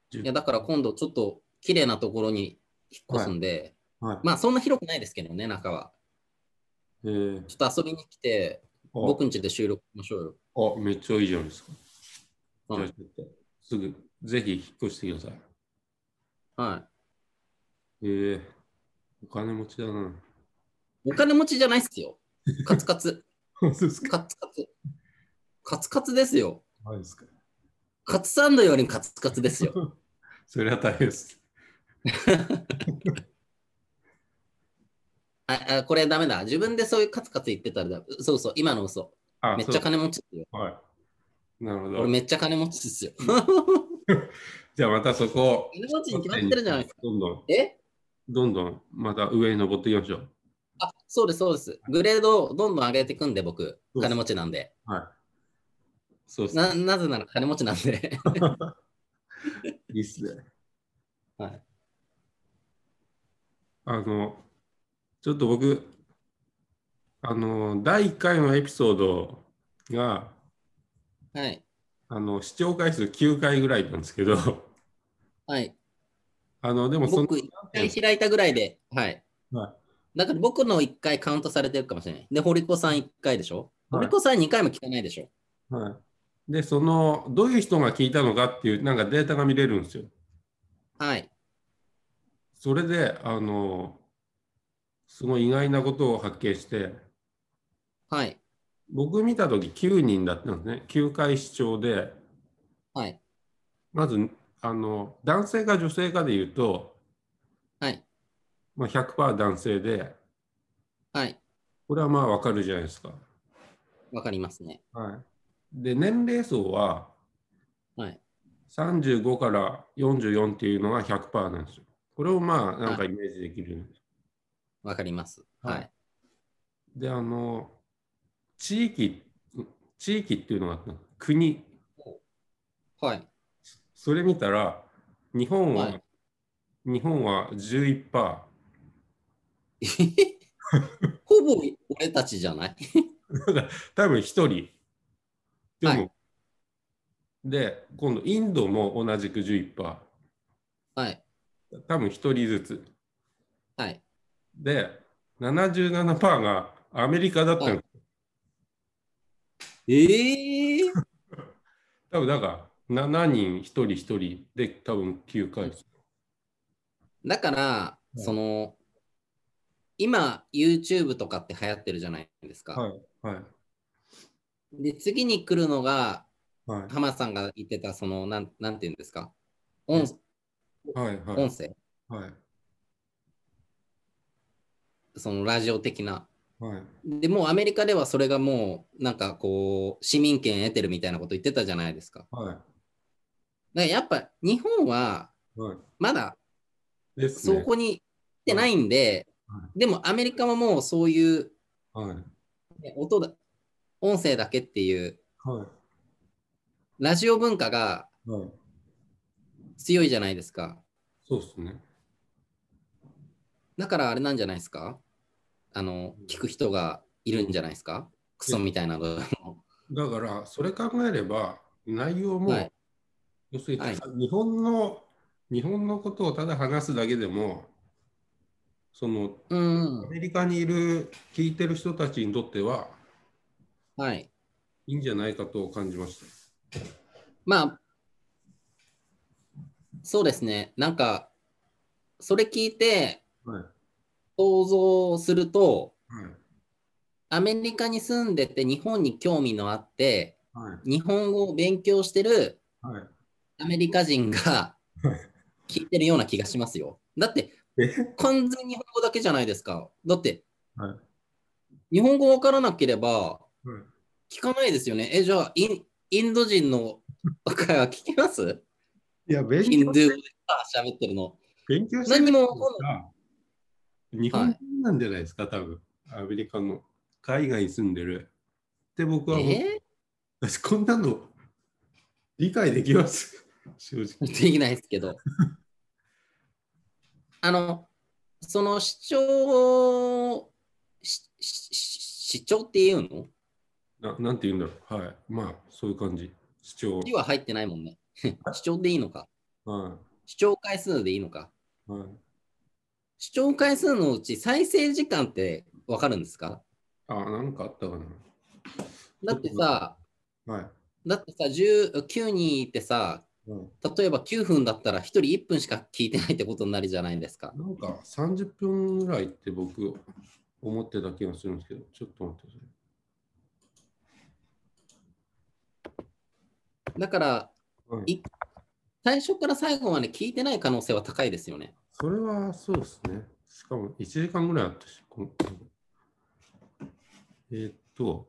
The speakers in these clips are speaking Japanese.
いや、だから今度ちょっと綺麗なところに引っ越すはい。 んで、 はまあそんな広くないですけどね、中は。 い。 ちょっと遊びに来て、僕んあ、 家で収録しましょうよ。 めっちゃいいじゃないですか。じゃあ、 はい。 ちょっと、すぐ、ぜひ引っ越してください。 はい。 お金持ちだな。 お金持ちじゃないっすよ。カツカツ。 本当ですか？ カツカツ。カツカツですよ。 はいですか。 カツサンドよりカツカツですよ。 それは大変です。 これダメだ。自分でそういうカツカツ言ってたらだ。そうそう、今の嘘。 あ、 めっちゃそう。 金持ちですよ。 はい。なるほど。 俺めっちゃ金持ちですよ。 じゃあまたそこを金持ちに決まっ頂点にして、 てるじゃないですか。 どんどん、 えどんどんまた上に登っていきましょう。 あ、そうです、そうです。グレードをどんどん上げていくんで、僕、金そうです。 持ちなんで。 はい。そうですね。 なぜなら金持ちなんで。 いいっすね。 はい。 あの、ちょっと僕、第1回のエピソードが、 はい。 視聴回数9回ぐらいなんですけど、 はい。 でもその、 僕、1 なんていうんです回開いたぐらいで、はい。 か、 だから僕の1回カウントされてるかもしれない。で、堀子さん1回でしょ。 はい、 堀子さん2回も聞かないでしょ。 はい。で、どういう人が聞いたのかっていう、なんかデータが見れるんですよ。 はい。 それで、すごい意外なことを発見して、 はい。 僕見たとき9人だったんですね。9回視聴で、 はい。 まず、男性か女性かで言うと、 はい。 まあ、100%男性で、 はい。 これはまあわかるじゃないですか。 わかりますね。 はい。で、年齢層ははい。 35から44っていうのが100%なんですよ。これをまあなんはい。 かイメージできるんです。 わかります。 はい。 はい。 で、地域、地域っていうのがあった、国、 はい。 それ見たら、日本は、 はい。 日本は11%。 ほぼ俺たちじゃない？ だから多分1人。ではい。 も、で、今度インドも同じくはい。 11%。多分1人ずつ。 はい。 で、77%がアメリカだったの。 はい。ええ多分だから7人1人1人で多分9回です。 だから、 はい。 今、YouTube とかって流行ってるじゃないですか。 はい。はい。 で、次に来るのが、 はい。 浜田さんが言ってた、なんていうんですか。音、 え、はい。はい。 音声、 はい。 ラジオ的な。 はい。 でもうアメリカではそれがもう、なんかこう、市民権得てるみたいなこと言ってたじゃないですか。だかはらやっぱ日本はい。はい。 まだですね。 そこに来てはい。 ないんで、 はい。 でもアメリカはもうそういう、 はい。 ね、音声だけっていうはい。 ラジオ文化がはい。 強いじゃないですか。 そうですね。 だからあれなんじゃないですか。聞く人がいるんじゃないですか。クソで、 みたいなの。 だから、それ考えれば、内容も、 はい。 要するにはい。 日本のことをただ話すだけでも、その、 うん。 アメリカにいる、聞いてる人たちにとっては、 はい。 いいんじゃないかと感じましまあ、そうですね。なんか、それ聞いてた。はい。 想像すると、 はい。 アメリカに住んでて日本に興味のあって、 はい。 日本語を勉強してるはい。 アメリカ人がはい。 聞いてるような気がしますよ。だって、 え、 完全に日本語だけじゃないですか。だって、 はい。 日本語わからなければはい。 聞かないですよね。じゃあ、インド人の会話聞きます？ いや、 ヒンドゥー語で喋ってるの。 勉強して何ないもわかんない。 んですか？日本はい。 人なんじゃないですか、多分。アメリカの海外に住んでる。って僕は思う。 え私、こんなの理解できます。正直。 できないですけど。あの、その主張っていうのなんて言うんだろう。はい。まあ、そういう感じ。主張。 字は入ってないもんね。主張でいいのか。 は視聴回数でいいのか。 い。はい。 視聴回数のうち再生時間ってわかるんですか？ あ、なんかあったかな。ちだっょっと、 てさ、 はい。 9人いてさ、 はい。 例えば9分だったら1人1分しか聞いてないってことになるじゃないですか。 なんか30分ぐらいって僕思ってた気がするんですけど、ちょっと待ってくださだから、 い。はい。 い最初から最後まで聞いてない可能性は高いですよね。 それはそうですね。しかも1時間ぐらいあったし、えーっと、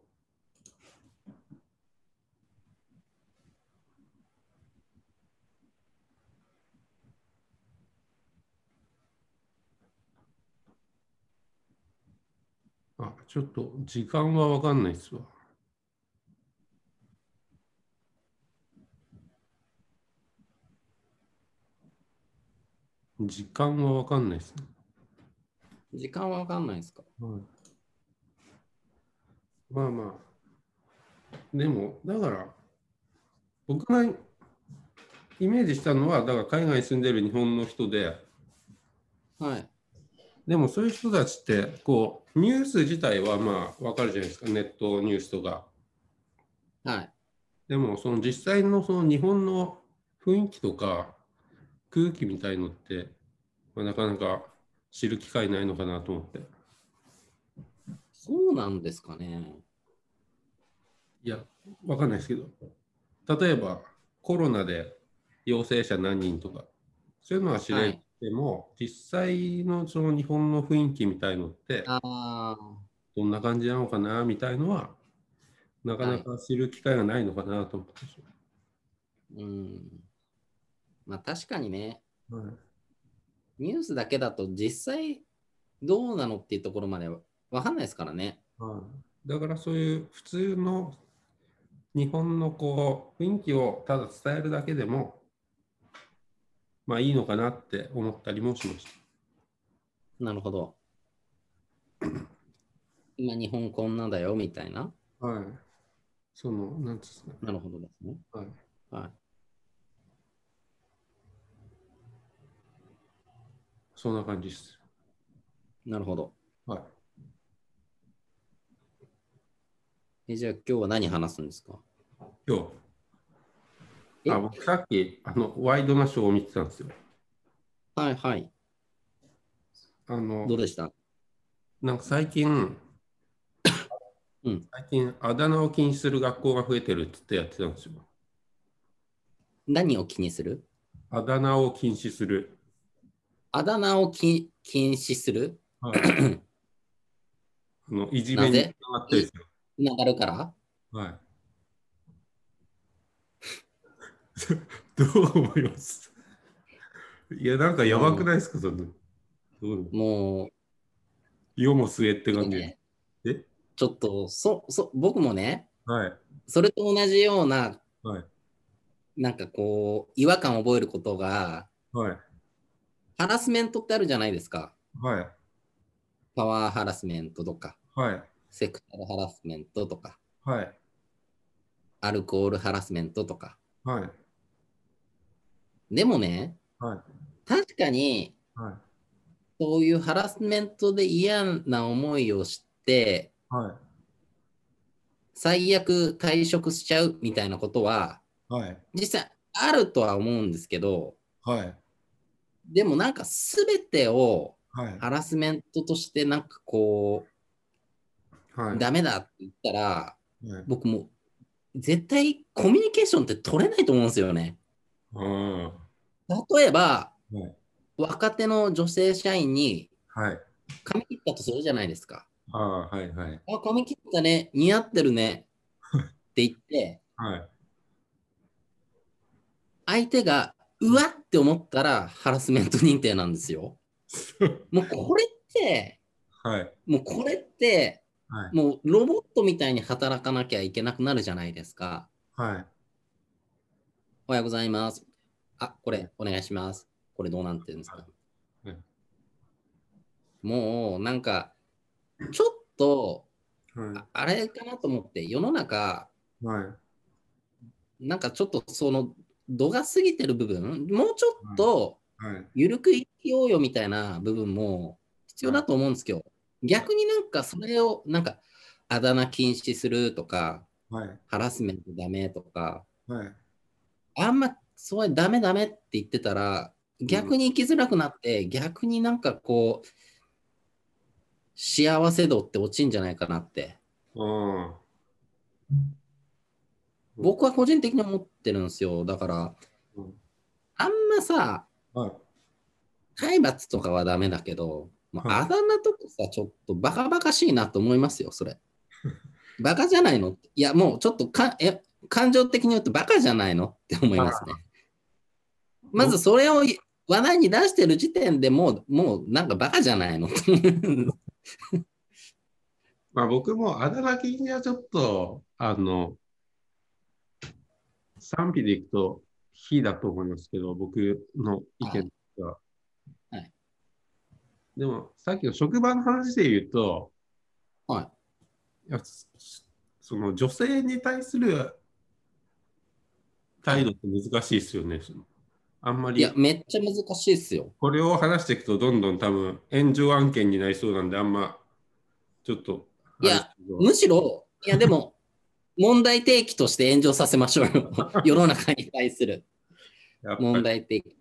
あ、ちょっと時間はわかんないですわ。時間はわかんないですね。 時間はわかんないですか？ はい。まあまあ、でも、だから、僕がイメージしたのは、だから海外に住んでる日本の人で、 はい。 でもそういう人たちって、こう、ニュース自体はまあ、わかるじゃないですか、ネットニュースとか。 はい。 でも、その実際のその日本の雰囲気とか空気みたいのって、まあ、なかなか知る機会ないのかなと思って。 そうなんですかね。 いや、わかんないですけど、例えばコロナで陽性者何人とか、そういうのは知れはい。 ても、実際のその日本の雰囲気みたいのって、 ああ、 どんな感じなのかなみたいのは、なかはい。 なか知る機会がないのかなと思って。 うん。まあ確かにね、 はい。 ニュースだけだと実際どうなのっていうところまでわかんないですからね。 はい、だからそういう普通の日本のこう雰囲気をただ伝えるだけでも、まあいいのかなって思ったりもしましなるほど。今日本こんなだよみたいな。 た。はい。その、なんですかね。 なるほどですね。 はい。 はそんな感じです。 い。なるほど。 はい。 じゃあ今日は何話すんですか？ 今日、 え僕さっき、ワイドナショーを見てたんですよ。 はいはい。 あの、 どうでした？ なんかうん。 最近、あだ名を禁止する学校が増えてるって言ってやってたんですよ。 何を気にする？ あだ名を禁止する。 あだ名を禁止する？ はい。いじめにつなぜ？ ながったりする。 つながるから？ はい。どう思います？いや、なんかやばくもないですか、そんな。 も世も末って感じ。 ね、 えちょっと、僕もね、 はい。 それと同じような、 はい。 なんかこう、違和感を覚えることが、 はい。 ハラスメントってあるじゃないですか。 はい。 パワーハラスメントとか、 はい。 セクシャルハラスメントとか、 はい。 アルコールハラスメントとか。 はい。 でもね、 はい。 確かに、 はい。 そういうハラスメントで嫌な思いをして、 はい。 最悪退職しちゃうみたいなことは、 はい。 実際あるとは思うんですけど、 はい。 でもなんか全てをはい。 ハラスメントとしてなんかこう、 はい。 ダメだって言ったら、 はい。 僕も絶対コミュニケーションって取れないと思うんですよね。 ああ。 例えば、 はい。 若手の女性社員にはい。 髪切ったとするじゃないですか。 ああ、はい。はい。 あ、髪切ったね、似合ってるねって言って、 はい。 相手がうわって思ったらハラスメント認定なんですよ。もうこれって、 はい。 もうこれって、 はい。 もうロボットみたいに働かなきゃいけなくなるじゃないですか。 はい。 おはようございます。あ、これお願いします。これどうなってるんですか？ はい。 もうなんか、ちょっと、 はい。 あれかなと思って、世の中、 はい。 なんかちょっとその度が過ぎてる部分、もうちょっとはい。 緩く生きようよみたいな部分も必要はい。 だと思うんですけど、逆になんかそれをなんかあだ名禁止するとか、 はい。 ハラスメントダメとか、 はい。 あんまそういうダメダメって言ってたら、 うん。 逆に生きづらくなって、逆になんかこう、幸せ度って落ちんじゃないかなって、 うん。 僕は個人的に思ってるんですよ。だから、 うん。 あんまさ、 はい。 体罰とかはダメだけど、もうはい。 あだ名とかさ、ちょっとバカバカしいなと思いますよ、それ。バカじゃないのいや、もうちょっと感情的に言うとバカじゃないのって思いますね。まず僕、 それを話題に出してる時点でもうなんかバカじゃないのまあ、僕もあだ名気にはちょっと、賛否でいくと非だと思いますけど、僕の意見はい。 が。 はい。 でも、さっきの職場の話で言うと、 はいいやその女性に対するはい。 態度って難しいですよね。あんまいや、 り、 めっちゃ難しいっすよ。 これを話していくと、どんどん多分、炎上案件になりそうなんで、あんま、ちょっと、あれですいや、 けど、 むしろ、いや、でも、問題提起として炎上させましょうよ。世の中に対するやっぱり、 問題提起。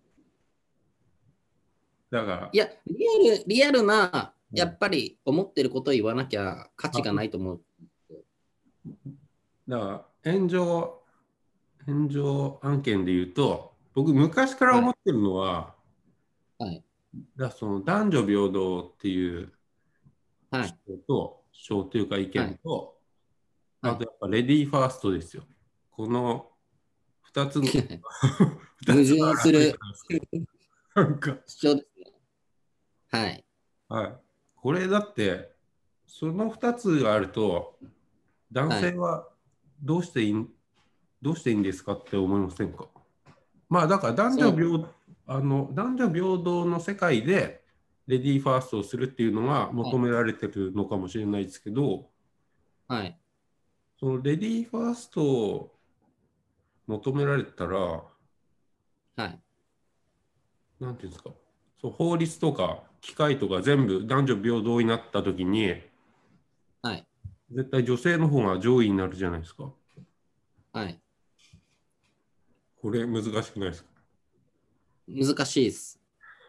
だかいや、リアルな、 ら、 やっぱり思ってることを言わなきゃ価値がなあ、 いと思う。 だから炎上案件で言うと、僕、昔からはい。 思ってるのは、 はい。 その男女平等っていうはい。 主張というか意はい。 見と、 はい。 あとやっぱレディーファーストですよ。この2つの、2 矛つの争いじ盾するゃないですか。なんか、 主張ですね。はい。 はい。これだって、その2つがあると、男はい。 性はどうしていいん、どうしていいんですかって思いませんか？まあだからその、 男女平等の世界でレディーファーストをするっていうのがはい。 求められてるのかもしれないですけど、 はい。 そのレディーファーストを求められたら、 はい。 なんていうんですか、そう法律とか機械とか全部男女平等になった時に、 はい。 絶対女性の方が上位になるじゃないですか。 はい。 これ難しくないですか？ 難しいです。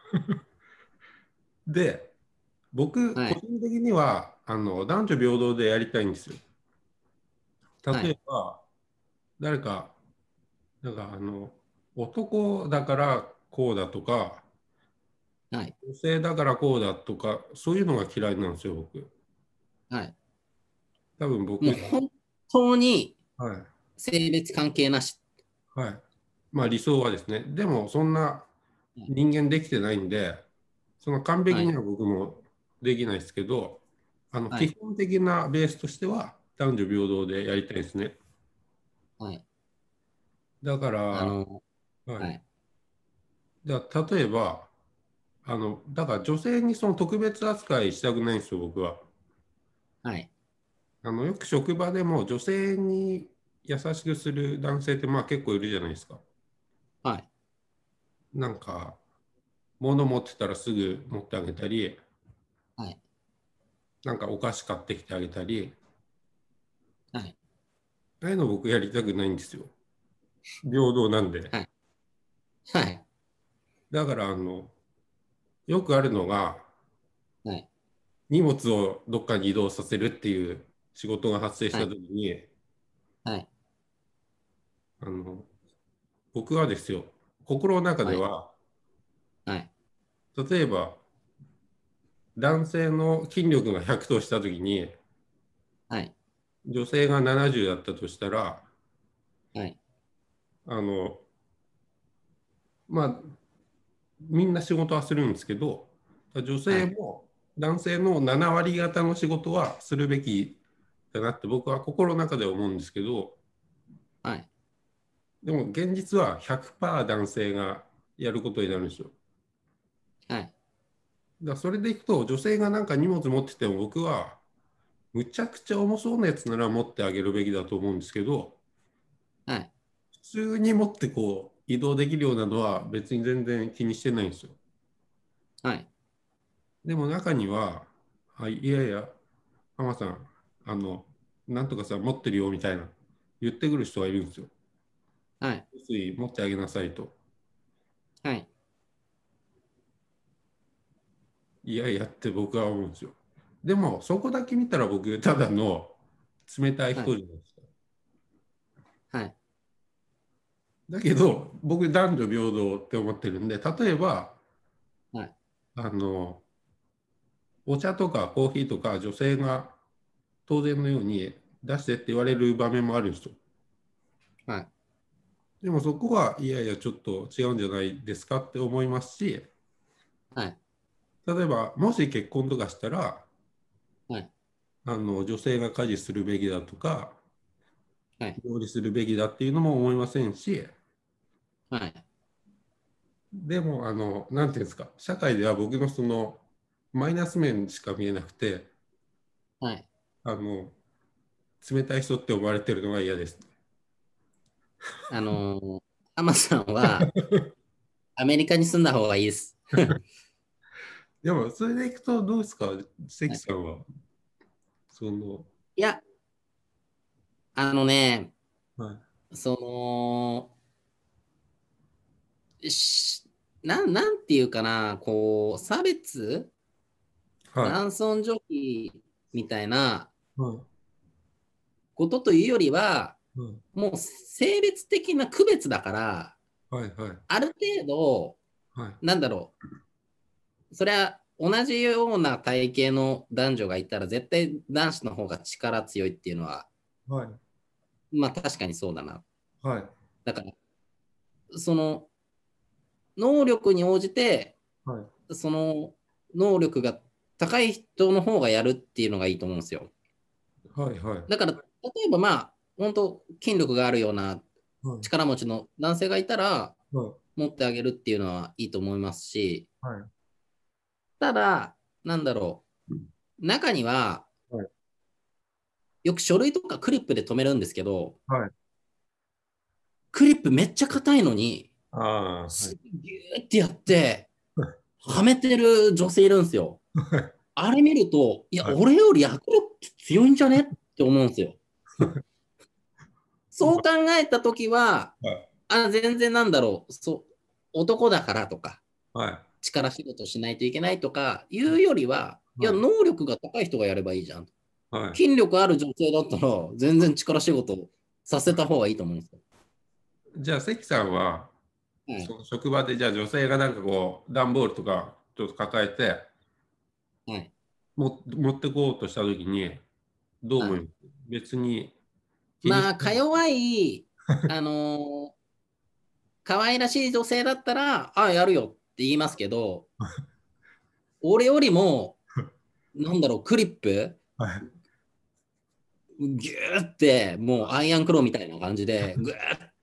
で、僕、 はい。 個人的には男女平等でやりたいんですよ。 はい。 例えば、誰か、なんか男だからこうだとか、 はい。 女性だからこうだとか、そういうのが嫌いなんですよ、僕。 はい。 多分僕、 もう本当にはい、 性別関係なし。 はい。まあ理想はですね、でもそんなはい。 人間できてないんで、その完璧はい。 には僕もできないですけど、 はい。 基本的なベースとしては男女平等でやりたいですね。 はい。 だから、 あの、 はい。 はい。 例えば、だから女性にその特別扱いしたくないんですよ、僕は。 はい。 よく職場でも女性に優しくする男性ってまあ結構いるじゃないですか。 はい。 なんか、物持ってたらすぐ持ってあげたり、 はい。 なんかお菓子買ってきてあげたり、 はい。 ああいうの僕やりたくないんですよ。平等なんで。 はい。はい。 だから、よくあるのが、 はい。 荷物をどっかに移動させるっていう仕事が発生したはい。 ときに、 はい。 あの、僕はですよ、心の中ではい。 は、 はい。 例えば、男性の筋力が100としたときに、 はい。 女性が70だったとしたら、 はい。 あの、まあ、みんな仕事はするんですけど、女はい。 性も男性の7割方の仕事はするべきだなって僕は心の中で思うんですけど、 はい。 でも現実は100%男性がやることになるんですよ。 はい。 だからそれでいくと、女性がなんか荷物持ってても僕は、むちゃくちゃ重そうなやつなら持ってあげるべきだと思うんですけど、 はい。 普通に持ってこう移動できるようなのは別に全然気にしてないんですよ。 はい。 でも中には、いやいや、浜さん、なんとかさ、持ってるよみたいな言ってくる人がいるんですよ。 はい。 つい持ってあげなさいと。 はい。 いやいやって僕は思うんですよ。でも、そこだけ見たら僕、ただの冷たいはい。 人じゃないですか。 はい。 だけど、僕、男女平等って思ってるんで、例えば、 はい。 あの、お茶とかコーヒーとか女性が当然のように出してって言われる場面もあるんですよ。 はい。 でもそこはいやいやちょっと違うんじゃないですかって思いますし、 はい。 例えばもし結婚とかしたらはい。 女性が家事するべきだとかはい。 料理するべきだっていうのも思いませんし、 はい。 でもなんていうんですか、社会では僕のそのマイナス面しか見えなくて、 はい。 あの冷たい人って思われてるのが嫌です。 あのー、アマさんはアメリカに住んだ方がいいです。 でもそれでいくとどうですか、 はい。 関さんは。その、 いや、あのね、 はい、 そしなんていうかな、こう、差別、 は男尊女卑みたいない、はい、 ことというよりは、 はい、 もう性別的な区別だから、 はい、はい、 ある程度、 はい、 なんだろう、それは同じような体型の男女がいたら、絶対男子の方が力強いっていうのは、 はい、 まあ確かにそうだな。 はい、 だから、その能力に応じて、 はい、 その能力が高い人の方がやるっていうのがいいと思うんですよ。 はい、はい、 だから、例えばまあ、本当筋力があるようなはい、 力持ちの男性がいたら、 はい、 持ってあげるっていうのはいいと思いますし、 はい、 ただ、なんだろう、中には、 はい、 よく書類とかクリップで留めるんですけど、 はい、 クリップめっちゃ硬いのに、 ああ、はい、 すぐギューってやって、はめてる女性いるんですよ。あれ見ると、いや、 はい、 俺より握力強いんじゃねって思うんですよ。そう考えたときは、 はい、 全然なんだろう、男だからとか、 はい、 力仕事しないといけないとかいうよりは、いや、 はい、 能力が高い人がやればいいじゃん。 はい。 筋力ある女性だったら、全然力仕事させた方がいいと思うんですよ。 じゃあ、関さんは、 はい。 その職場で、じゃあ女性がなんかこう、段ボールとかちょっと抱えて、 はい。 持ってこうとしたときに、どうはい。 思います？別に気にしまあ、かない。 弱い、あのー可愛らしい女性だったら、やるよって言いますけど、俺よりも、なんだろう、クリップ、 はい、 ギューって、もうアイアンクローみたいな感じで、グーって、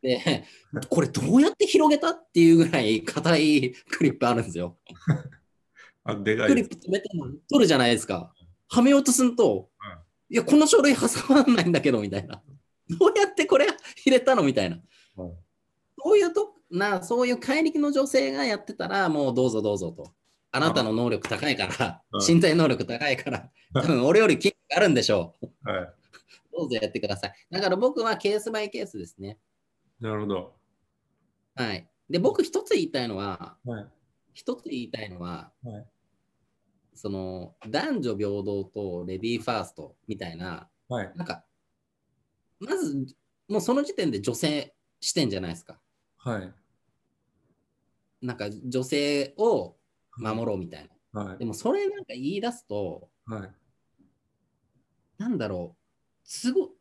これどうやって広げたっていうぐらい硬いクリップあるんですよ。 あ、でかいです。 クリップ止めて取るじゃないですか。はめようとすると、 はいや、この書類挟まんないんだけど、みたいな。どうやってこれ入れたのみたいな。 い、はい、 そういう怪力の女性がやってたら、もうどうぞどうぞと。あなたのあ、 能力高いから、 はい、 身体能力高いから、多分俺より筋肉あるんでしょう。 はい。 どうぞやってください。だから僕はケースバイケースですね。 なるほど。 はい。で、僕一つ言いたいのは、 はい、 一つ言いたいのは、 はい、 その男女平等とレディーファーストみたいな、 はい、 なんか、まず、もうその時点で女性視点じゃないですか。 はい、 なんか女性をはい、 守ろうみたいな。 はい、 でもそれなんか言い出すと、 はい。 なんだろう、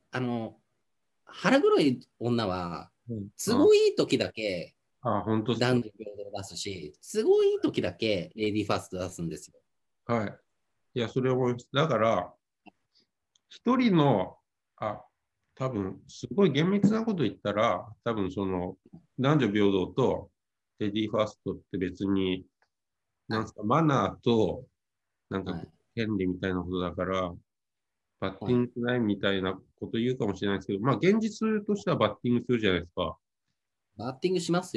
腹黒い女は、 うん、 都合いい時だけ本当ですか。 男女平等出すし、都合いい時だけレディーファースト出すんですよ。 はい。いや、それを思います。だから、一人の、多分、すごい厳密なこと言ったら、多分その、男女平等とレディーファーストって別に、 はい。 なんすか、マナーと、なんか、 はい。 権利みたいなことだから、バッテはい。 ィングしないみたいなこと言うかもしれないですけど、まあ、現実としてはバッティングするじゃないですか。 バッティングしますよ。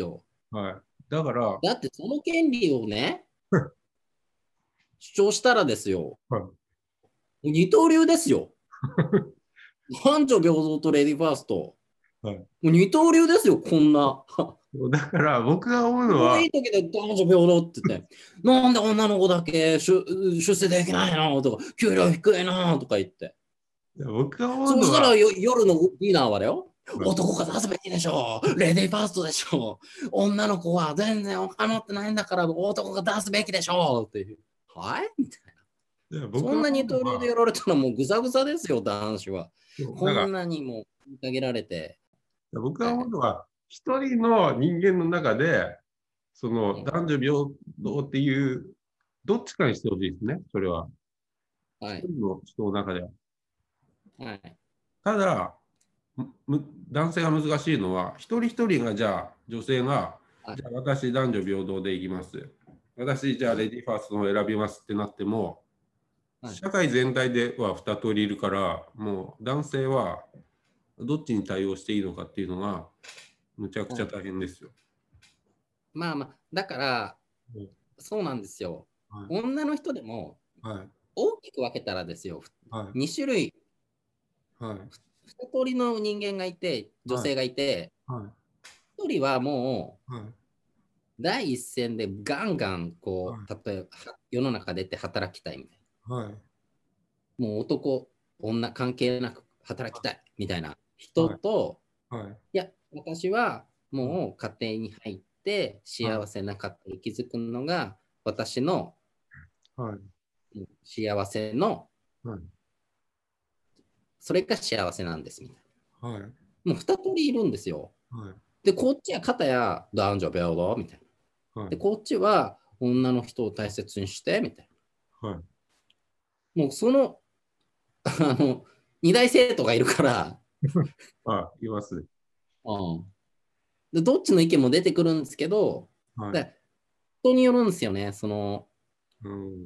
はい。だから、はだってその権利をね、主張したらですよ、 い。 二刀流ですよ。男女平等とレディーファースト。もはい。 う二刀流ですよ、こんな。 だから僕が思うのは、 すごいいい時で男女平等って言って、なんで女の子だけ出世できないのとか、給料低いのとか言って。 僕が思うそうしたらのは、 夜のディナーはだよ。 はい。 男が出すべきでしょう。レディーファーストでしょう。女の子は全然お金持ってないんだから男が出すべきでしょうっていう。はいみたいな。そ僕がんな二刀流で思うのは、 やられたらもうぐざぐざですよ、男子は。こだからんなにも言いかけられて。 僕がはい。 思うのは、一人の人間の中で、その男女平等っていう、どっちかにしてほしいですね、それは。 はい。 一人の人の中では。 はい。 ただ、男性が難しいのは、一人一人がじゃあ、女性が、 はい。 じゃあ私男女平等でいきます。私じゃあレディーファーストのを選びますってなっても、 はい。 社会全体では2通りいるから、もう男性はどっちに対応していいのかっていうのが、むちゃくはい。 ちゃ大変ですよ。 まあまあ、だから、 うん。 そうなんですよ。 はい。 女の人でもはい。 大きく分けたらですよ。 はい。 2種類、 はい。 2通りの人間がいて、女はい。 性がいて、 はい。 1人はもはい。 う第一線でガンガンはい。 例えば世の中出て働きたいみたいはい。 な。もう男、女関係なく働きたいみたいな人はい。 と、 はい。 いや、私はもう家庭に入ってはい。 幸せな家庭に築くのが私のはい。 幸せの、 はい。 それが幸せなんですみたいはい。 な。もう二通りいるんですよ。 はい。 で、こっちは片や男女平等みたいな。で、 はい。 こっちは女の人を大切にしてみたいはい。 な。もうその、あの、二大生徒がいるから、 あ、いますね。 うん、でどっちの意見も出てくるんですけど、 はい。 で人によるんですよね。その、 うん。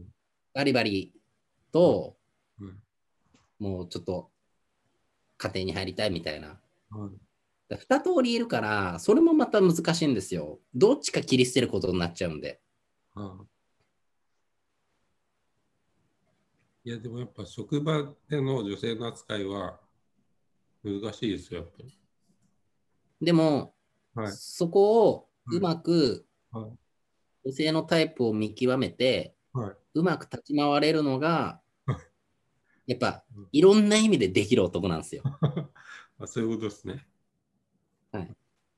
バリバリはい。 と、 はい。 もうちょっと家庭に入りたいみたいな。 はい。 二通りいるから、それもまた難しいんですよ。どっちか切り捨てることになっちゃうんで。 はい。いや、でもやっぱ職場での女性の扱いは難しいですよ、やっぱり。 でも、 はい。 そこをうはい。 まくはい。 女性のタイプを見極めて、 はい。 うまく立ち回れるのが、 はい。 やっぱうん。 いろんな意味でできる男なんですよ。 あ、そういうことですね。 はい、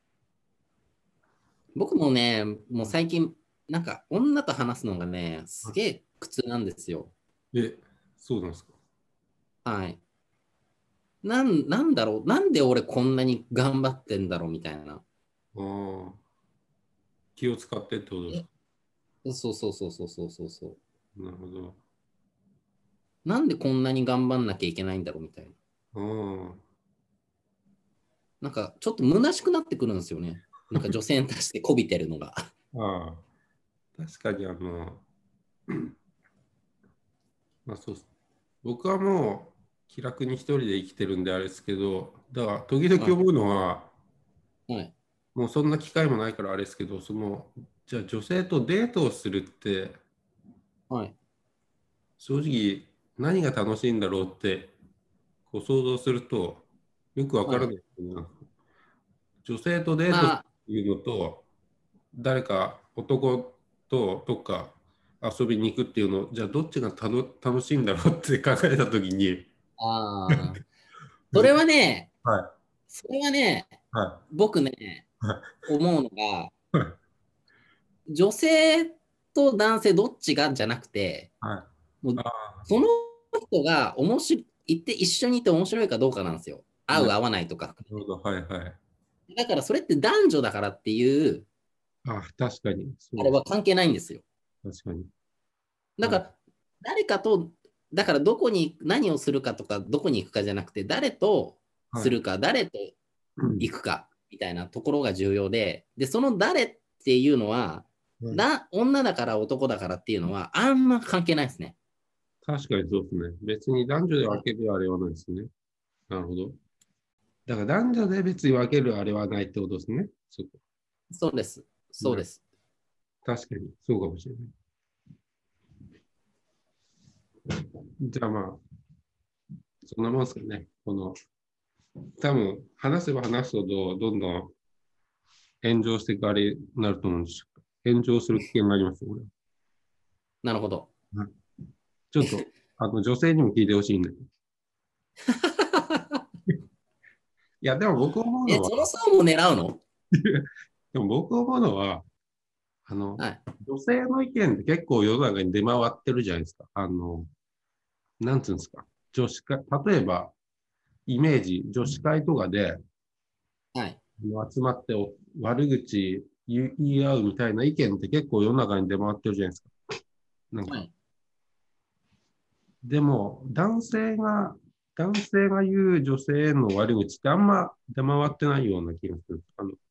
僕もね、もうはい。 最近、なんか女と話すのがね、すはげえ苦痛なんですよ。 い。そうなんですか。 はい。なんだろう、なんで俺こんなに頑張ってんだろうみたいな。 ああ、気を使ってってことですか。 そうそうそうそうそうそうそう。 なるほど。 なんでこんなに頑張んなきゃいけないんだろうみたいな。 ああ、 なんかちょっと虚しくなってくるんですよね。なんか女性に対して媚びてるのが。 ああ、確かにまあそうっす。僕はもう気楽に一人で生きてるんであれですけど、だから時はい。 々思うのは、 はい。 もうそんな機会もないからあれですけど、じゃあ女性とデートをするって、 はい。 正直何が楽しいんだろうってこう想像するとよくわかはい。 らないですね。女性とデートっまあ、 ていうのと、誰か男とどっか遊びに行くっていうの、じゃあどっちが楽しいんだろうって考えたときに、 ああ、それ難しい。 はね、 はい。 それはね、 は僕ね、 い。はい。 思うのが、 はい。 女性と男性どっちがじゃなくて、 はい。 もうああ、 その人が面白い、一緒にいて面白いかどうかなんですよ。合うなる合わないとか。 ほど。はいはい。 だからそれって男女だからっていう、 あ、確かに。そうです。 あれは関係ないんですよ。 確かに。はい。 だから、誰かと、だからどこに何をするかとか、どこに行くかじゃなくて、誰とはい。 するか、誰とうん。 行くかみたいなところが重要で、で、その誰っていうのは、 はい。 女だから男だからっていうのはあんま関係ないですね。 確かにそうですね。別に男女で分けるあれはないですね。なるほど。だから男女で別に分けるあれはないってことですね。そこ。 そうです。 そうです。 確かに、そうかもしれない。じゃあまあ、そんなもんですかね。多分、話せば話すほど、どんどん炎上していくあれになると思うんですよ。炎上する危険がありますよ、これ。 なるほど。 はい。ちょっと、女性にも聞いてほしいんだけど。いや、でも僕思うのは、 その層も狙うの？ でも僕思うのは、あの、 はい。 女性の意見って結構世の中に出回ってるじゃないですか。なんつうんですか。女子会、例えば、イメージ、女子会とかではい。 集まって悪口言い合うみたいな意見って結構世の中に出回ってるじゃないですか。なんか。 はい。 でも、男性が言う女性への悪口ってあんま出回ってないような気がする。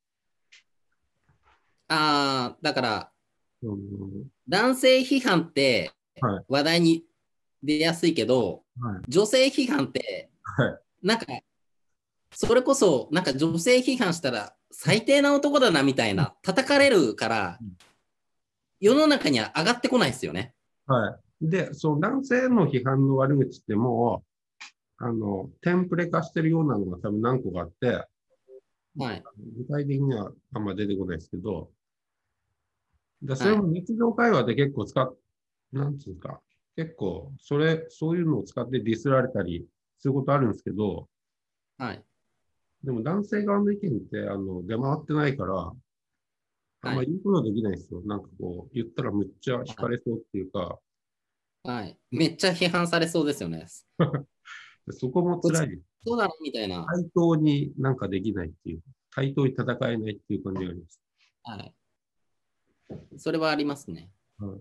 だから、 の男性批判ってはい、 話題に出やすいけど、 はい、 女性批判って、 はい。 なんか、それこそ、なんか女性批判したら最低な男だなみたいな、叩かれるから、世の中には上がってこないですよね。 はい。で、その男性の批判の悪口ってもう、テンプレ化してるようなのが多分何個かあって、 はい。 具体的にはあんま出てこないですけど、そはい。 れも日常会話で結構なんつうか、結構、そういうのを使ってディスられたりすることあるんですけど、 はい。 でも男性側の意見って、出回ってないから、あんはい。 ま言うことはできないですよ。なんかこう、言ったらむっちゃ惹はい。 かれそうっていうか、 はい。めっちゃ批判されそうですよね。 そこもこいつ、 辛いです。 そうなのみたいな。 対等になんかできないっていう、対等に戦えないっていう感じがあります。 はい。それはありますね。 はい、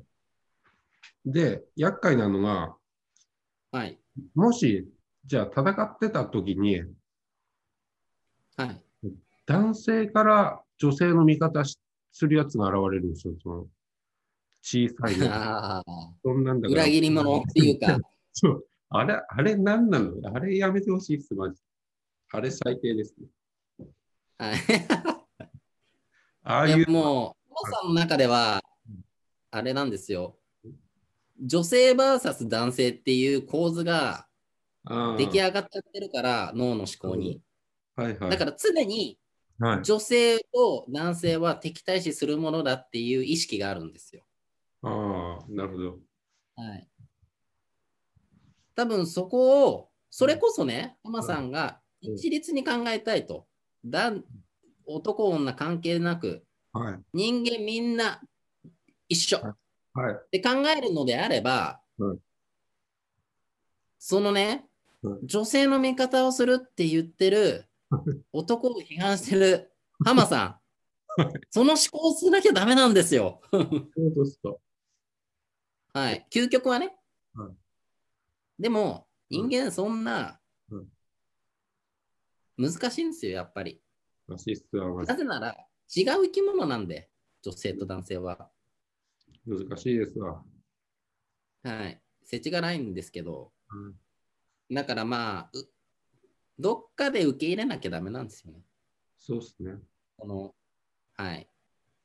で、厄介なのが、 はい。 もし、じゃあ戦ってた時に、 はい。 男性から女性の味方するやつが現れるんですよ。小さいの。 ああ、 そんなんだから。 裏切り者っていうか、 そう。あれ何なの？あれやめてほしいっす、マジ。あれ最低ですね。 はい。いや、 ああいうのは。 もう、トモさんの中では、あれなんですよ。女性 VS 男性っていう構図が出来ああ、 上がっちゃってるから、脳の思なるほど。 考に。 はいはい。 だから常にはい。 女性と男性は敵対視するものだっていう意識があるんですよ。 ああ、なるほど。 はい。多分そこを、それうん、 こそね、浜はい。 さんがうん、 一律に考えたいと。男女関係なく、 はい。 人間みんな一緒っはい。はい。 て考えるのであれば、 はい。 そのね、 はい。 女性の味方をするって言ってる男を批判してる浜さん、その思考をしなきゃダメなんですよ。 そうですか。 はい。究極はね。 はい。 でも、 はい。 人間そんなはい。 難しいんですよ、やっぱり。 アシストはマジなぜなら、違う生き物なんで、女性と男性は。 難しいですわ。 はい。世知がないんですけど、 うん、 だからまあ、どっかで受け入れなきゃダメなんですよね。 そうですね。 この、はい。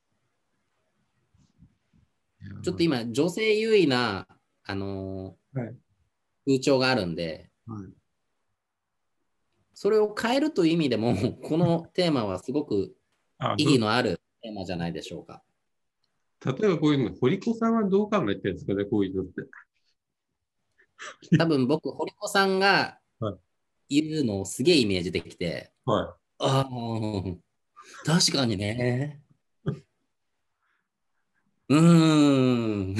いや、 ちょっと今、女性優位な、あのはい。 風潮があるんで、 はい。 それを変えるという意味でも、このテーマはすごくあ、 意義のあるテーマじゃないでしょうか。 例えばこういうの、堀子さんはどう考えてるんですかね、こういうのって。 多分僕、堀子さんがはい。 言うのをすげえイメージできて、 はああ、確かにね。うーん。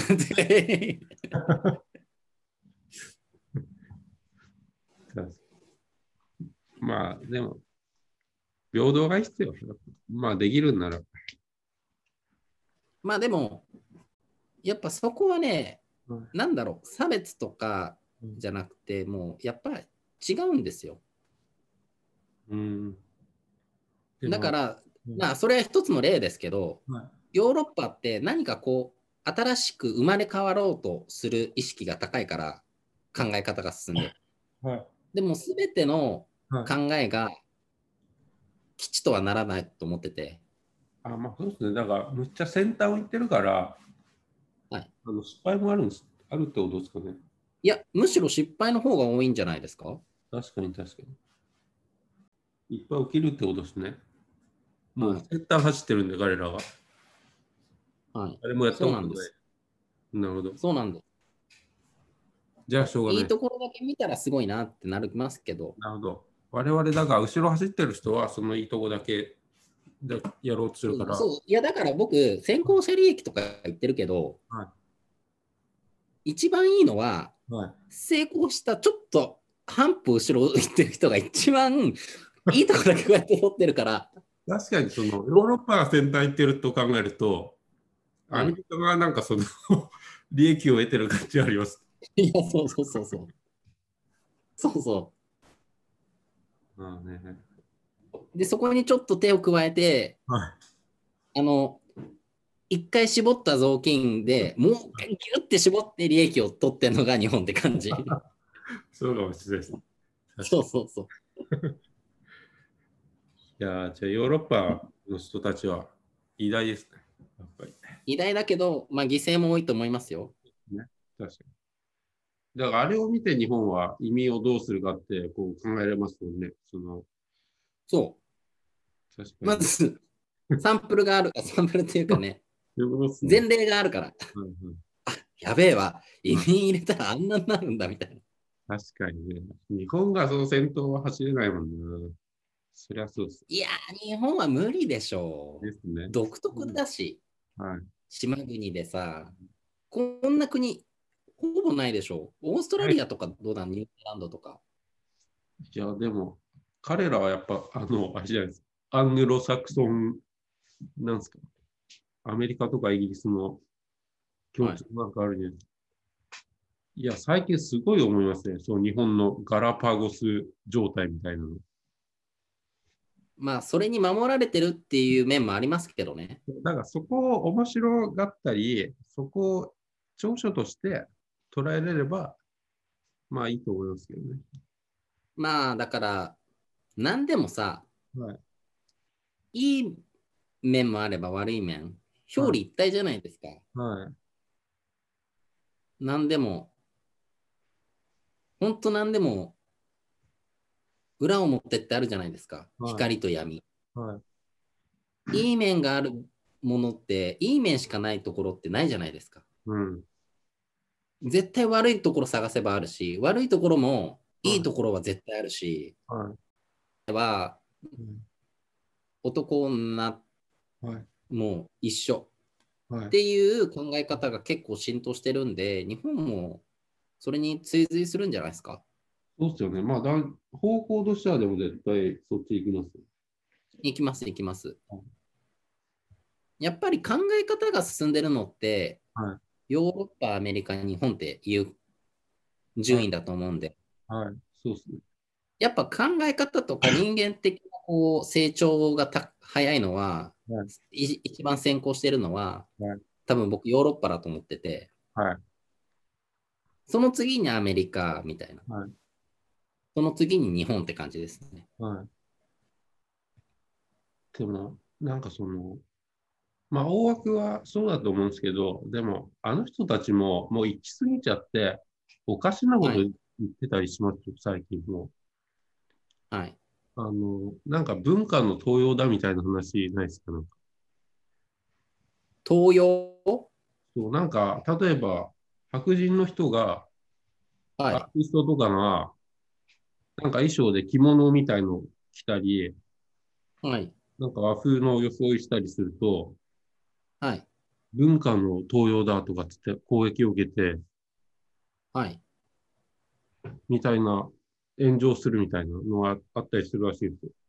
い。まあ、でも、平等がいいっすよ。まあ、できるんなら。 まあでも、やっぱそこはね、 はい。 なんだろう、差別とかうん。 じゃなくて、もうやっぱり違うんですよ。 うん、でも、 だから、 うん、 まあそれは一つの例ですけど、 はい。 ヨーロッパって何かこう、新しく生まれ変わろうとする意識が高いから考え方が進んで。 はい。 でも全てのはい。 考えが基地とはならないと思ってて、 まあそうですね。だから、むっちゃ先端を行ってるから、 はい。 失敗もあるんです。あるってことですかね。 いや、むしろ失敗の方が多いんじゃないですか？ 確かに確かに。いっぱい起きるってことですね。もはい。 う先端走ってるんで、彼らが。 はい。 誰もやったことない。 そうなんです。 なるほど。 そうなんです。 じゃあ、しょうがない。 いいところだけ見たらすごいなってなりますけど、 なるほど。我々だから後ろ走ってる人はそのいいとこだけやろうとするから。 そう、いやだから僕、先行者利益とか言ってるけど、 は一番いいのは、 い。はい。 成功したちょっと半歩後ろ行ってる人が一番いいとこだけこうやって取ってるから、 確かにそのヨーロッパが先端行ってると考えると、アはい。 メリカがなんかその利益を得てる感じあります。 いや、そうそうそうそう。そうそまあね。 う。で、そこにちょっと手を加えて、 はい。 あの、一回絞った雑巾でもう一回ギュッて絞って利益を取ってるのが日本って感じ。 そうかもしれないです。確そうかに。 そうそう。 いやー、じゃあヨーロッパの人たちは偉大ですね。やっぱり偉大だけど、まあ、犠牲も多いと思いますよ。 ね。確かに。だからあれを見て日本は移民をどうするかってこう考えられますもんね。 そう。 確かに。 まず、サンプルがある、サンプルっていうかね、 そういうことですね。 前例があるから、 はいはい、 やべえわ、移民入れたらあんなになるんだみたいな。 確かにね。日本がその先頭は走れないもんな。そりゃそうです。 いやー、日本は無理でしょですね。 う。独特だし、 はい。 島国でさ、こんな国、ほぼないでしょう。オーストラはい。 リアとかどうだ、ニュージーランドとか。 いや、でも、彼らはやっぱ、あれじゃないですか。アングロサクソン、なんですか。アメリカとかイギリスの共はい。 通なんかあるじゃないですか。いや、最近すごい思いますね。そう、日本のガラパゴス状態みたいなの。 まあ、それに守られてるっていう面もありますけどね。 だからそこを面白がったり、そこを長所として捉えれれば、まあいいと思いますけどね。 まあ、だから、何でもさ、 はい。 いい面もあれば悪い面、表裏はい。 一体じゃないですか。 はい。 何でも、本当何でも裏表ってあるじゃないですか。 はい。 光と闇。 はい。 いい面があるものって、いい面しかないところってないじゃないですか。 うん。 絶対悪いところ探せばあるし、悪いところもいいはい。 ところは絶対あるし、 はい。 は男女はい。 も一緒はい。 っていう考え方が結構浸透してるんで、日本もそれに追随するんじゃないですか。 そうっすよね。まあ、方向としてはでも絶対そっち行きますよ。 行きます、行きます。 はい。 やっぱり考え方が進んでるのって、 はい。 ヨーロッパ、アメリカ、日本っていう順はい。 位だと思うんで、 はい。そうっすね。 やっぱ考え方とか人間的なこう成長が早いのは、 はい。 一番先行してるのは、 はい。 多分僕ヨーロッパだと思ってて、 はい。 その次にアメリカみたいな、 はい。 その次に日本って感じですね。 はい。でも、なんかまあ、大枠はそうだと思うんですけど、でも、あの人たちももう行き過ぎちゃって、おかしなこと言はい。 ってたりしますよ、最近も。 はい。 なんか文化の登用だみたいな話ないですか？なんか東洋。 そうなんか、例えば、白人の人が、 はい。 アーティストとかが、なんか衣装で着物みたいの着たり、 はい。 なんか和風の装いしたりすると、 はい。 文化の登用だとかつって攻撃を受けて、 はい。 みたいな、炎上するみたいなのがあったりするらしいですよ。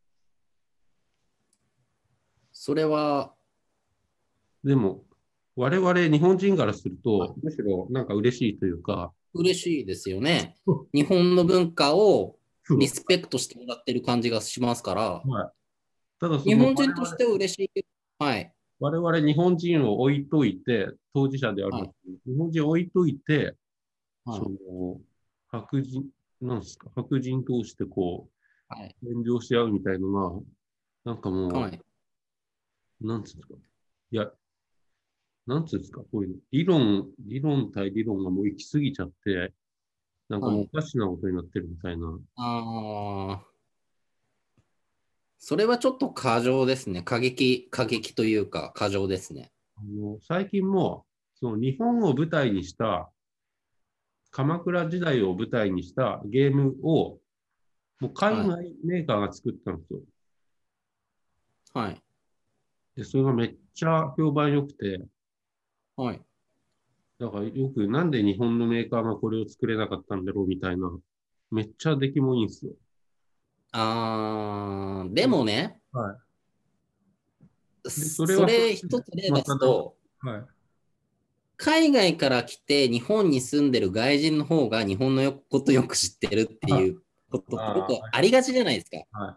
それは、 でも、我々日本人からすると、むしろなんか嬉しいというか、 嬉しいですよね。日本の文化をリそスペクトしてもらってる感じがしますから、 う。はい。ただ日本人としては嬉しい。はい。 我々日本人を置いといて、当事者であるはい。 わけで日本人を置いといて、そはい。 の、白人、なんですか、白人同士でこはい。 う、炎上し合うみたいなのが、なんかもはい。 なんつうんですか。いや、なんつうんですか、こういうの。理論対理論がもう行き過ぎちゃって、なんかはい。 もうおかしなことになってるみたいな。 ああ、それはちょっと過剰ですね。過激というか過剰ですね。 最近も、その日本を舞台にした、鎌倉時代を舞台にしたゲームを、もう海はい。 外メーカーが作ったんですよ。 はい。 で、それがめっちゃ評判良くて、 はい。 だからよくなんで日本のメーカーがこれを作れなかったんだろうみたいな、めっちゃ出来もいいんですよ。 ああ、でもね、 はい。で、それそはそれれ一つ例出で、またなんか、 すと、 はい。 海外から来て日本に住んでる外人の方が日本のことよく知ってるってあいうことってよくあー、はい。 ありがちじゃないですか。 はい。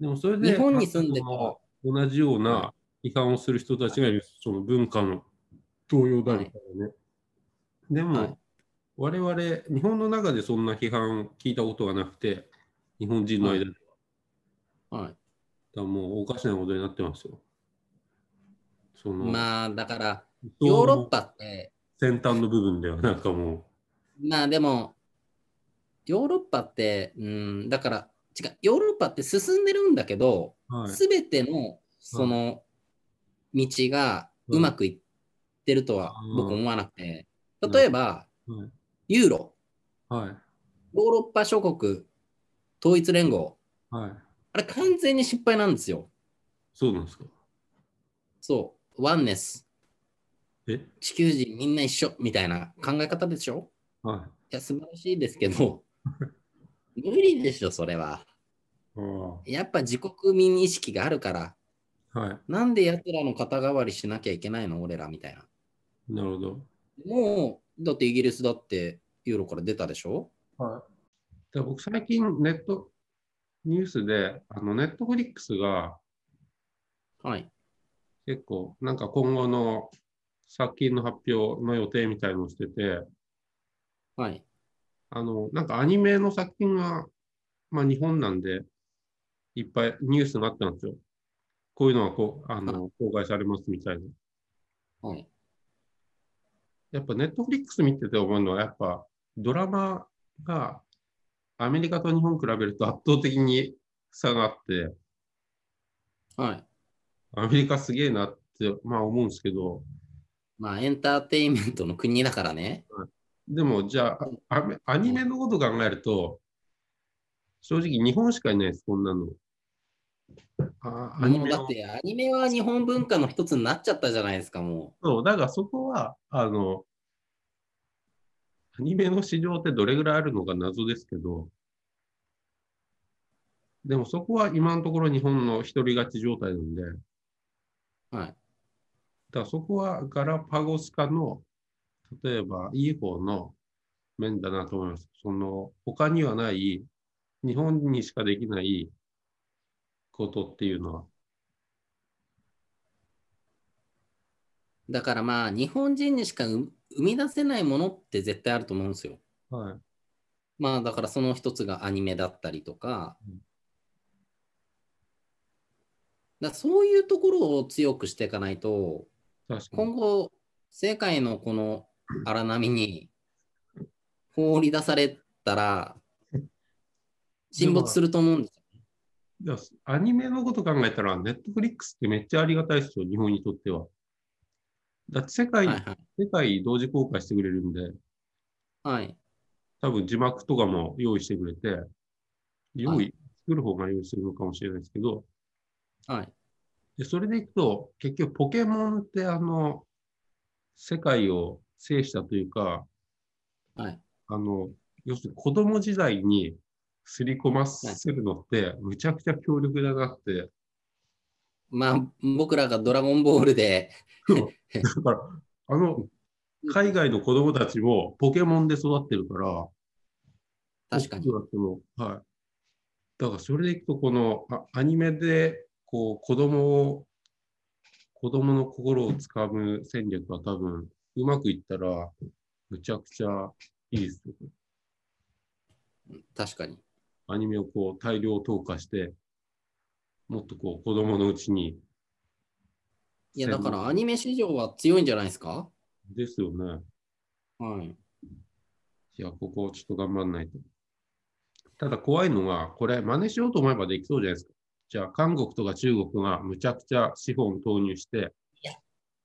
でもそれで、 日本にまた住んでたら、 同じようはい、 な批判をする人たはい、 ちがいる、その文化の盗用だはい、 みたいなね。でも、 はい、 我々、日本の中でそんな批判聞いたことがなくて、日本人のはい、 間ではい。 はもうおかしなことになってますよ。その、 まあ、だから、 理ヨーロッ想のパって、 先端の部分ではなんかもまあでも、ヨーロッパって、うん、だから、違う、ヨーロッパって進んでるんだけど、 う、はい、 すべてのそはい、 の道がうはい、 まくいってるとあは僕思わなくて、 あ、なる例えば、 ほど、はい、 ユーロ、 はい、 ヨーロッパ諸国統一連合、 はい。 あれ完全に失敗なんですよ。 そうなんですか。 そう、ワンネス、 え、 地球人みんな一緒みたいな考え方でしょ。 はいや、素晴らしいですけど、無理でしょ、それは。 い、あやっぱ自国民意識があるから、 あ、はい、 なんで奴らの肩代わりしなきゃいけないの、俺らみたいな。 なるほど。 もう、だってイギリスだってユーロから出たでしょ。 はい。で僕最近ニュースで、ネットフリックスがはい。 結構、なんか今後の作品の発表の予定みたいのをしてて、 はい。 なんかアニメの作品が、まあ日本なんで、いっぱいニュースがあったんですよ。こういうのははい。 公開されますみたいな。 はい。 やっぱネットフリックス見てて思うのは、やっぱドラマがアメリカと日本比べると圧倒的に差があって、 はい。 アメリカすげえなって、まあ思うんですけど、 まあ、エンターテインメントの国だからね。 でもじゃあ、アニはい。 メのこと考えると、正直日本しかいないです、こんなの。アニもうメを。 だってアニメは日本文化の一つになっちゃったじゃないですか、もそう、だからそこは、アニメの市場ってどれぐらいあるのか謎ですけど、でもそこは今のところ日本の一人勝ち状態なんで、だかう。はい。 らそこはガラパゴス化の、例えばいい方の面だなと思います。他にはない、日本にしかできないことっていうのは、 だからまあ、日本人にしか生み出せないものって絶対あると思うんですよ。 はい。 まあ、だからその一つがアニメだったりとか、そういうところを強くしていかないと、 確かに。 今後、世界のこの荒波に放り出されたら、 でも、 沈没すると思うんですよ。 いやアニメのこと考えたら、ネットフリックスってめっちゃありがたいですよ、日本にとっては。だってはいはい。 世界同時公開してくれるんで、 はい。 多分字幕とかも用意してくれて、 はい。 作る方が用意するのかもしれないですけど、 はい。 でそれでいくと、結局ポケモンって世界を制したというか、 はい。 あの、要するに子供時代に刷り込まはい。 せるのって、むちゃくちゃ強力だなって、 まあ、僕らがドラゴンボールでだから、海外の子供たちもポケモンで育ってるから、大きく確かに。 なっても、はい。だからそれでいくと、アニメで、子供の心をつかむ戦略は多分、うまくいったら、むちゃくちゃいいですよ。 確かに。 アニメを大量投下して、もっと子供のうちにいや、だからアニメ市場は強いんじゃないですか？ ですよね。 はい。 いや、ここをちょっと頑張んないと。ただ怖いのが、これ真似しようと思えばできそうじゃないですか。じゃあ、韓国とか中国がむちゃくちゃ資本投入して、 いや、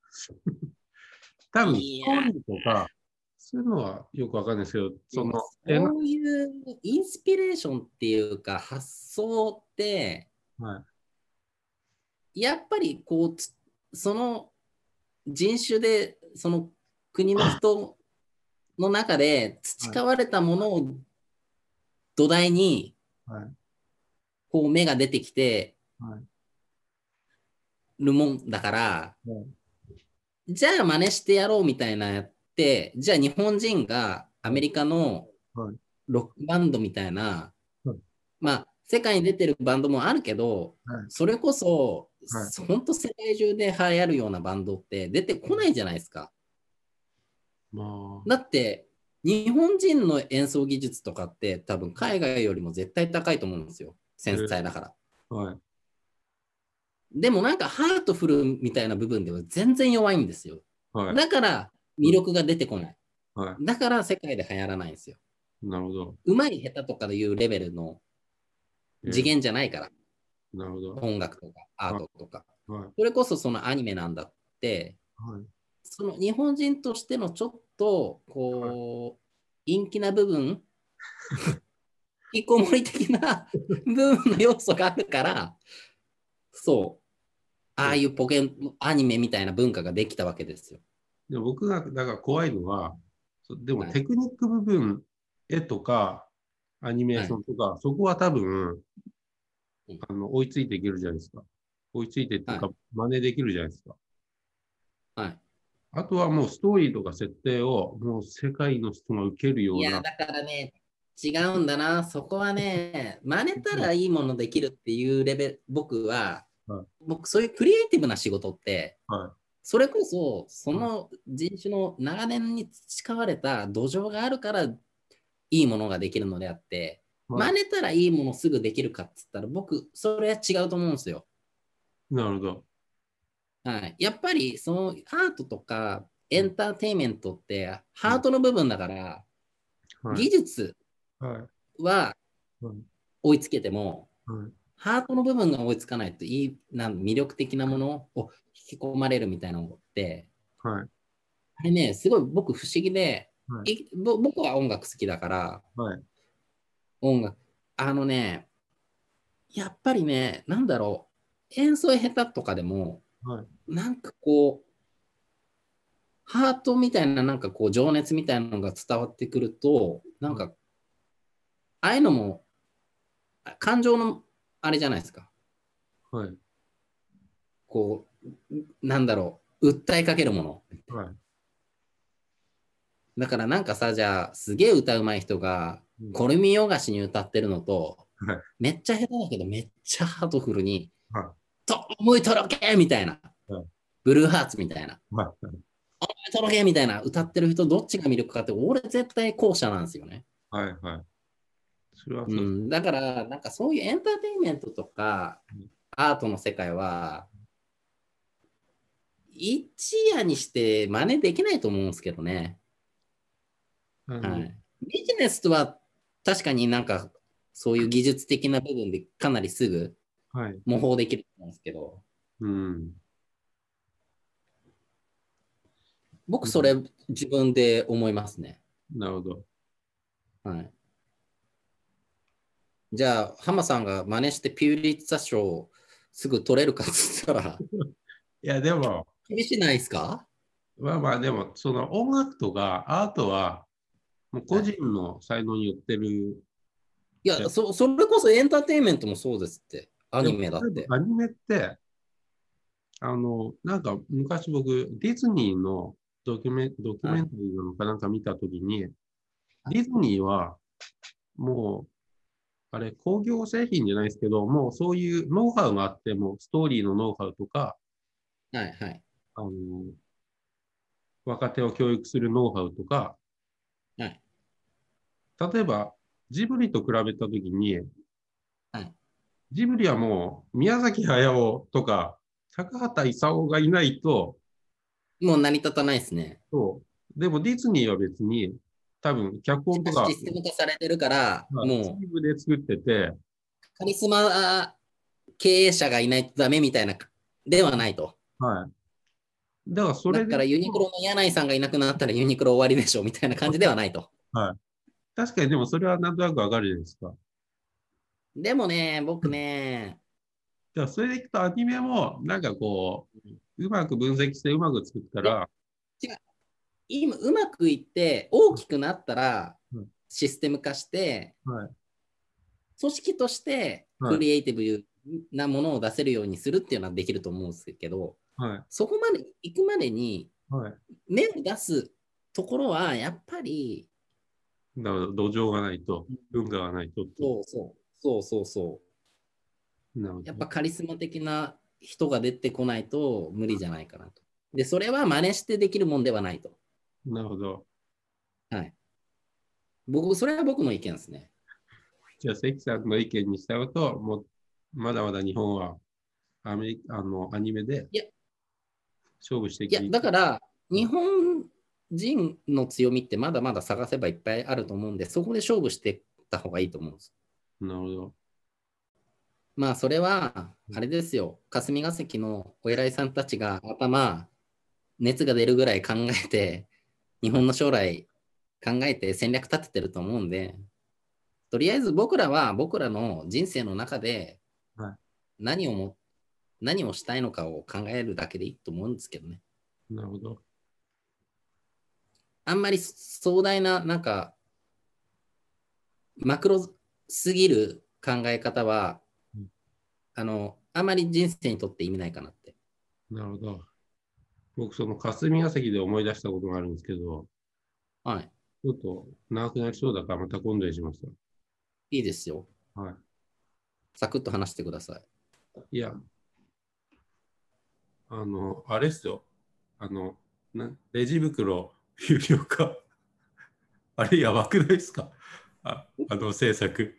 多分ストーいや、 リーとか、そういうのはよくわかんないですけど、 でも映画、 そういうインスピレーションっていうか発想って、 はい、 やっぱりこうその人種で、その国の人の中ではい、 培われたものを土台にはい、 こう芽が出てきてはい、 るもんだから、 はい、 じゃあ真似してやろうみたいなやって、じゃあ日本人がアはい、 メリカのはい、 ロックバンドみたいな、 はい、 まあ世界に出てるバンドもあるけど、 はい、 それこそはい、 本当世界中で流行るようなバンドって出てこないじゃないですか。 まだって日本人の演奏技術とかって多分海外よりも絶対高いと思うんですよ。繊細だから。 はい、 でもなんかハートフルみたいな部分では全然弱いんですよ。 はい、 だから魅力が出てこない。 はだから世界で流行らないんですよ。 い、なるほど。 うまい下手とかでいうレベルの次元じゃないから。 なるほど。 音楽とかアーはい、 トとか。 はい、 それこそそのアニメなんだって、 はい、 その日本人としてのちょっとはい。 こう、陰気な部分、引きこもり的な部分の要素があるから、そう、ああそう。 いうアニメみたいな文化ができたわけですよ。 で、僕が、だから怖いのは、でもはい。 テクニック部分、絵とか、アニメーはい。 ションとか、そこは多分、 うん、 追いついていけるじゃないですか。追いついてっていうか、 はい。 真似できるじゃないですか。 はい。 あとはもうストーリーとか設定を、もう世界の人が受けるいや、 ような、 だからね、違うんだな。そこはね、真似たらいいものできるっていうレベル、 はい、 僕、そういうクリエイティブな仕事って、 はそれこそ、そい、はい、 の人種の長年に培われた土壌があるからいいものができるのであって、 はい。 真似たらいいものすぐできるかっつったら、僕、それは違うと思うんですよ。 なるほど。 はい。やっぱり、そのアートとかエうん、 ンターテインメントってうん、 ハートの部分だから、 はい、 技術はい、 ははい、 追いつけても、 はい、 ハートの部分が追いつかないと魅力的なものを引き込まれるみたいなのって、 はい、 あれね、すごい僕不思議で、 はい、 僕は音楽好きだから、 はい、 音楽、あのね、やっぱりね、なんだろう、演奏下手とかでも、 はい、 なんかこう、ハートみたいな、なんかこう、情熱みたいなのが伝わってくると、なんか、ああいうのも、感情のあれじゃないですか。 はい、 こなんだろう、訴えかけるもの。 はい、 だからなんかさ、じゃあ、すげえ歌うまい人が、 うん、 これ見よがしに歌ってるのと、 はい、 めっちゃ下手だけど、めっちゃハートフルに、 はと思いとろけみたいな、 い、はい、 ブルーハーツみたいな、 はい、 とろけみたいな歌ってる人、どっちが魅力かって、俺絶対後者なんですよね。 はい、はい。それはそうです。 うん、だから、なんかそういうエンターテインメントとか、アートの世界は、一夜にして真似できないと思うんですけどね。 あの、 はい。ビジネスとは確かになんかそういう技術的な部分でかなりすぐはい。 模倣できると思うんですけど、 うん。 僕それ自分で思いますね。 なるほど。 はい。じゃあ、ハマさんが真似してピューリッツァ賞をすぐ取れるかっつったらいや、でも、 厳しないですか？ まあまあ、でも、その音楽とかアートは、もう個はい。 人の才能によってる。 いや、 で、 それこそエンターテインメントもそうですって。アニでもメだって。 例えばアニメって、なんか昔僕、ディズニーのドキュはい。 メンタリーなのかなんか見たときに、ディズニーはもう、あれ、工業製品じゃないですけど、もうそういうノウハウがあって、もうストーリーのノウハウとか、 はい。はい。 あの、若手を教育するノウハウとか、 はい。 例えば、ジブリと比べたときに、 はい。 ジブリはもう宮崎駿とか高畑勲がいないと、 もう成り立たないですね。 でもディズニーは別に、多分脚本とか、 システム化されてるから、もうチームで作ってて、 カリスマ経営者がいないとダメみたいなではないと。 はい。だからそれで、 だからユニクロの柳井さんがいなくなったらユニクロ終わりでしょみたいな感じではないと。 はい。確かにでもそれはなんとなくわかるじゃないですか。 でもね、僕ね、 じゃあそれでいくとアニメもなんかこう、うまく分析してうまく作ったいや、 ら、 違う。今、うまくいって大きくなったらうん、 システム化して、 はい、 組織としてはい、 クリエイティブなものを出せるようにするっていうのはできると思うんですけど、 はい、 そこまで行くまでにはい。 目を出すところはやっぱり、 だから土壌がないと、文化がないとって。 そうそうそうそうそう、 なるほど。 やっぱカリスマ的な人が出てこないと無理じゃないかなと。で、それは真似してできるもんではないと。 なるほど。 はい。それは僕の意見ですね。 じゃあ関さんの意見に従うと、もうまだまだ日本はアニメでいや、 勝負していいや、 く。 だから、日本人の強みってまだまだ探せばいっぱいあると思うんで、そこで勝負していった方がいいと思うんです。 なるほど。 まあ、それは、あれですよ、霞が関のお偉いさんたちが熱が出るぐらい考えて、日はい、 本の将来考えて戦略立ててると思うんで、とりあえず僕らは僕らの人生の中では何をも何をしたいのかを考えるだけでいいと思うんですけどね。 い。なるほど。 あんまり壮大な、なんか、マクロすぎる考え方は、 うん、 あんまり人生にとって意味ないかなって。 なるほど。僕、その霞が関で思い出したことがあるんですけど、 はい。 ちょっと長くなりそうだからまた今度にします。 いいですよ。 はサクッと話してください。 い。いや、あれっすよ。レジ袋有料化。あれやばくないですか？あの制作。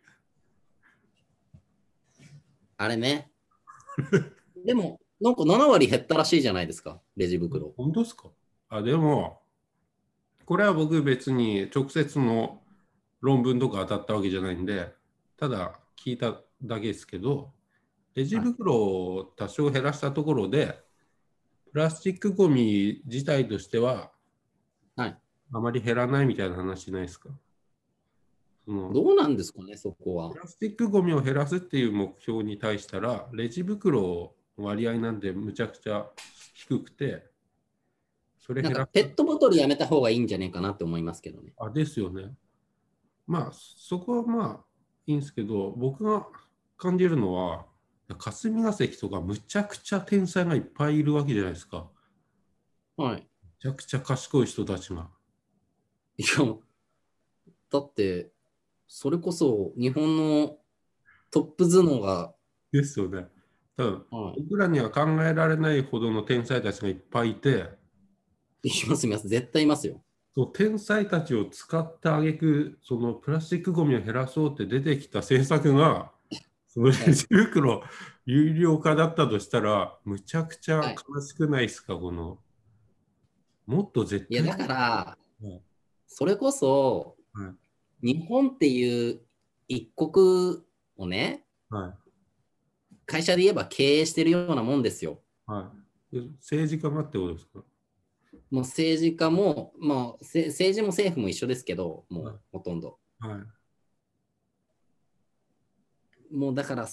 あれね。でも、なんか7割減ったらしいじゃないですか、レジ袋。 本当ですか？でも、これは僕別に直接の論文とか当たったわけじゃないんで、ただ聞いただけですけど、レジはい。 袋を多少減らしたところで、プラスチックごみ自体としてははい。 あまり減らないみたいな話ないですか？そのどうなんですかね、そこは。 プラスチックごみを減らすっていう目標に対したら、レジ袋の割合なんてむちゃくちゃ低くて、それなんか、 減らす。 ペットボトルやめた方がいいんじゃないかなって思いますけどね。 ですよね。まあ、そこはまあいいんですけど、僕が感じるのは、霞が関とかむちゃくちゃ天才がいっぱいいるわけじゃないですか。 はい。 むちゃくちゃ賢い人たちが。 いや、だって、それこそ日本のトップ頭脳が、 ですよね。多分は僕らには考えられないほどの天才たちがいっぱいいて、 い、いますいます。絶対いますよ。 その天才たちを使ってあげく、そのプラスチックごみを減らそうって出てきた政策が、そのレはい。 ジ袋有料化だったとしたら、むちゃくちゃはい。 悲しくないですか、もっと絶いや、 対。 だから、 はいそれこそ、 はい日本っていう一国をね、 はい会社で言えば経営してるようなもんですよ。 はい。政治家がってことですか？ もう政治家も、まあ、政治も政府も一緒ですけど、もうはいほとんど。 はい。 もうだから、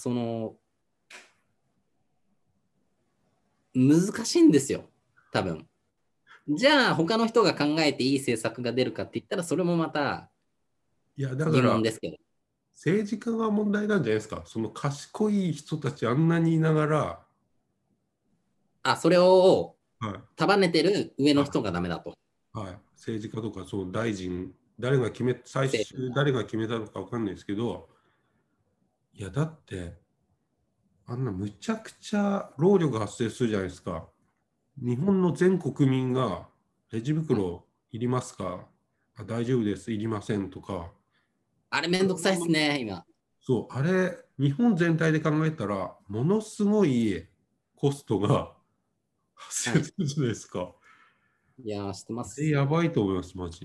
難しいんですよ、多分。じゃあ、他の人が考えていい政策が出るかって言ったら、それもまたいや、だか疑問らですけど。 政治家が問題なんじゃないですか。その賢い人たちあんなにいながら、 それをはい束ねてる上のは人がダメだと。 いはい、政治家とかその大臣、誰が決め、最終政府が。 誰が決めたのか分かんないですけど、いや、だって、あんなむちゃくちゃ労力発生するじゃないですか。日本の全国民がレジはい、 袋いりますか？大丈夫です、いりませんとか、 あれめんどくさいっすね、今。 そう、あれ、日本全体で考えたら、ものすごいコストが発生するじゃないですか。 いやー、してます。 やばいと思います、マジ。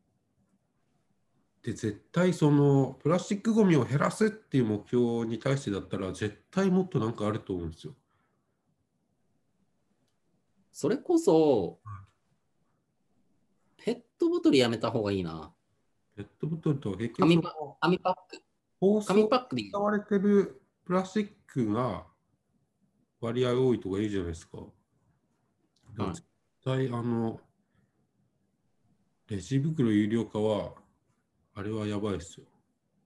で、絶対そのプラスチックごみを減らすっていう目標に対してだったら、絶対もっとなんかあると思うんですよ。 それこそ、ペットボトルやめた方がいいな。 ペットボトルとは結局紙パその紙パック。 包装紙パックでいい使われてるプラスチックが割合多いとかいいじゃないですか。だからはい。 絶対レジ袋有料化は、あれはやばいですよ。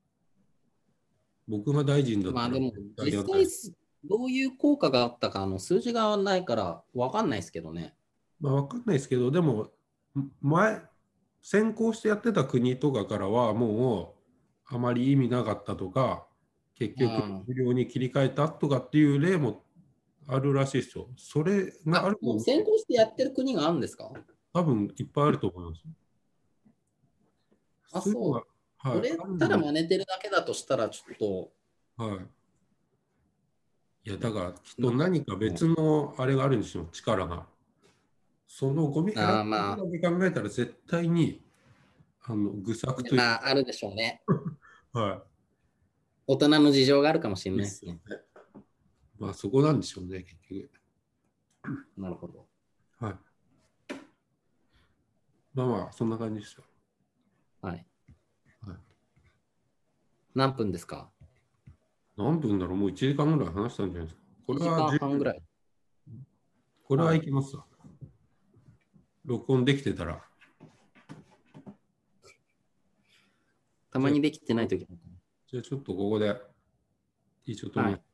僕が大臣だったらまあでも、 絶対や実らない。 際どういう効果があったか、数字がないから分かんないですけどね。 まあ、わかんないですけど、でも、先行してやってた国とかからは、もうあまり意味なかったとか、結局、 うん。 無料に切り替えたとかっていう例もあるらしいですよ。それがああ、 るのに、 もう先行してやってる国があるんですか？ 多分いっぱいあると思います。 あ、 そういうのが、 そう。そはい、 れただあるのに、 真似てるだけだとしたら、ちょっと、 はい。いや、だから、きっとなんか、 何かうん、 別のあれがあるんですよ、力が。そのゴミ減らすことまあ、 だけ考えたら、絶対に、愚策というまあ、あるでしょうね。 か、は大人の事情があるかもしれい、いいっないですね。 すよね。まあ、そこなんでしょうね、結局。 なるほど。 はい。まあまあ、そんな感じですよ。 はい。 はい、 何分ですか？ 何分だろう、もう1時間ぐらい話したんじゃないですか。こ 1 れ時間は十分、 半ぐらい。 これははい。 いきますわ。録音できてたら。じゃあ、 たまにできてないとき。 じゃあちょっとここで、いいちょっとはい。